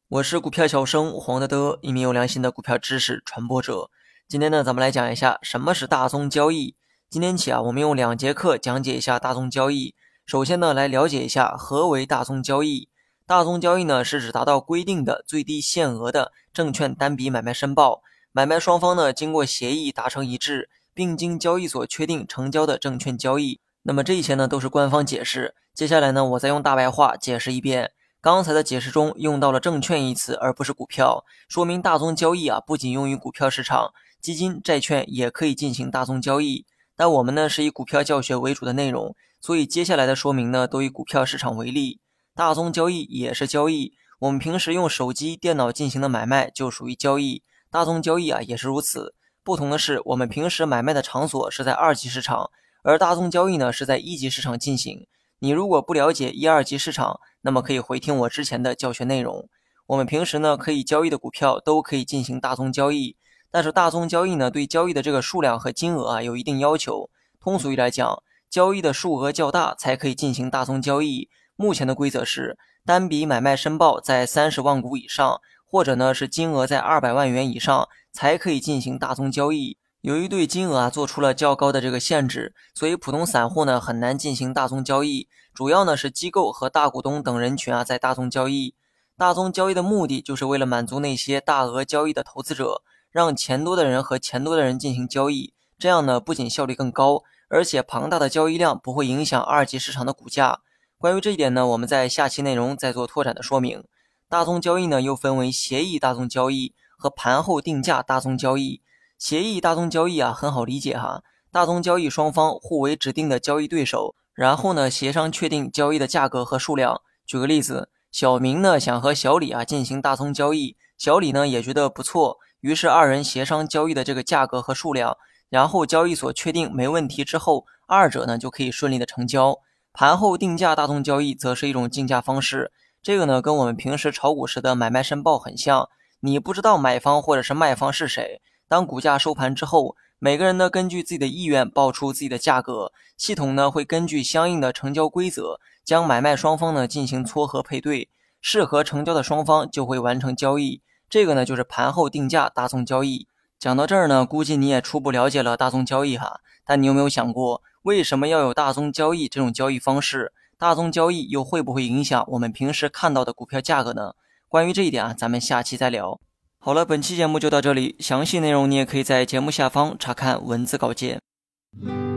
我是股票小生黄德德，一名有良心的股票知识传播者。今天呢，咱们来讲一下什么是大宗交易。今天起我们用2节课讲解一下大宗交易。首先呢，来了解一下何为大宗交易。大宗交易呢，是指达到规定的最低限额的证券单笔买卖申报，买卖双方呢经过协议达成一致，并经交易所确定成交的证券交易。那么这一些呢都是官方解释。接下来呢，我再用大白话解释一遍。刚才的解释中用到了证券一词，而不是股票，说明大宗交易不仅用于股票市场，基金、债券也可以进行大宗交易。但我们呢是以股票教学为主的内容，所以接下来的说明呢都以股票市场为例。大宗交易也是交易，我们平时用手机、电脑进行的买卖就属于交易，大宗交易也是如此。不同的是，我们平时买卖的场所是在2级市场，而大宗交易呢是在1级市场进行。你如果不了解1、2级市场，那么可以回听我之前的教学内容。我们平时呢可以交易的股票都可以进行大宗交易，但是大宗交易呢对交易的这个数量和金额有一定要求。通俗一来讲，交易的数额较大才可以进行大宗交易。目前的规则是，单笔买卖申报在30万股以上，或者呢是金额在200万元以上，才可以进行大宗交易。由于对金额做出了较高的这个限制，所以普通散户呢很难进行大宗交易，主要呢是机构和大股东等人群在大宗交易。大宗交易的目的就是为了满足那些大额交易的投资者，让钱多的人和钱多的人进行交易，这样呢不仅效率更高，而且庞大的交易量不会影响2级市场的股价。关于这一点呢，我们在下期内容再做拓展的说明。大宗交易呢又分为协议大宗交易和盘后定价大宗交易。协议大宗交易很好理解大宗交易双方互为指定的交易对手，然后呢协商确定交易的价格和数量。举个例子，小明呢想和小李进行大宗交易，小李呢也觉得不错，于是2人协商交易的这个价格和数量，然后交易所确定没问题之后，2者呢就可以顺利的成交。盘后定价大宗交易则是一种竞价方式，这个呢跟我们平时炒股时的买卖申报很像，你不知道买方或者是卖方是谁，当股价收盘之后，每个人呢根据自己的意愿报出自己的价格，系统呢会根据相应的成交规则，将买卖双方呢进行撮合配对，适合成交的双方就会完成交易。这个呢就是盘后定价大宗交易。讲到这儿呢，估计你也初步了解了大宗交易但你有没有想过，为什么要有大宗交易这种交易方式？大宗交易又会不会影响我们平时看到的股票价格呢？关于这一点咱们下期再聊。好了，本期节目就到这里，详细内容你也可以在节目下方查看文字稿件。